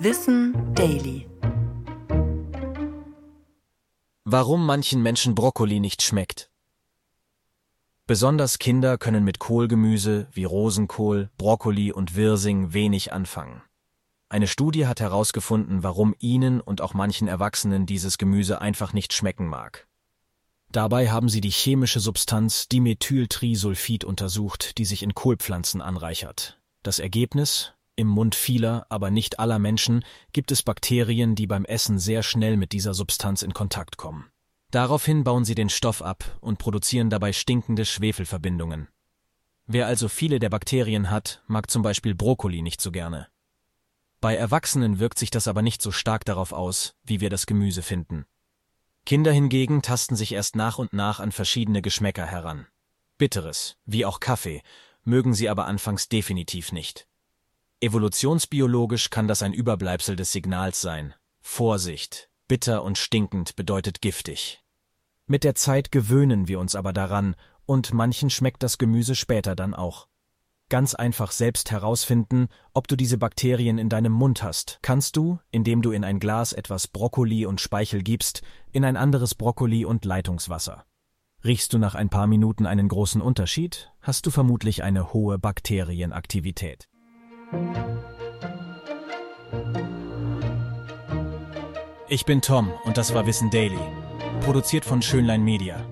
Wissen Daily. Warum manchen Menschen Brokkoli nicht schmeckt. Besonders Kinder können mit Kohlgemüse wie Rosenkohl, Brokkoli und Wirsing wenig anfangen. Eine Studie hat herausgefunden, warum ihnen und auch manchen Erwachsenen dieses Gemüse einfach nicht schmecken mag. Dabei haben sie die chemische Substanz Dimethyltrisulfid untersucht, die sich in Kohlpflanzen anreichert. Das Ergebnis? Im Mund vieler, aber nicht aller Menschen gibt es Bakterien, die beim Essen sehr schnell mit dieser Substanz in Kontakt kommen. Daraufhin bauen sie den Stoff ab und produzieren dabei stinkende Schwefelverbindungen. Wer also viele der Bakterien hat, mag zum Beispiel Brokkoli nicht so gerne. Bei Erwachsenen wirkt sich das aber nicht so stark darauf aus, wie wir das Gemüse finden. Kinder hingegen tasten sich erst nach und nach an verschiedene Geschmäcker heran. Bitteres, wie auch Kaffee, mögen sie aber anfangs definitiv nicht. Evolutionsbiologisch kann das ein Überbleibsel des Signals sein. Vorsicht, bitter und stinkend bedeutet giftig. Mit der Zeit gewöhnen wir uns aber daran und manchen schmeckt das Gemüse später dann auch. Ganz einfach selbst herausfinden, ob du diese Bakterien in deinem Mund hast, kannst du, indem du in ein Glas etwas Brokkoli und Speichel gibst, in ein anderes Brokkoli und Leitungswasser. Riechst du nach ein paar Minuten einen großen Unterschied, hast du vermutlich eine hohe Bakterienaktivität. Ich bin Tom und das war Wissen Daily, produziert von Schönlein Media.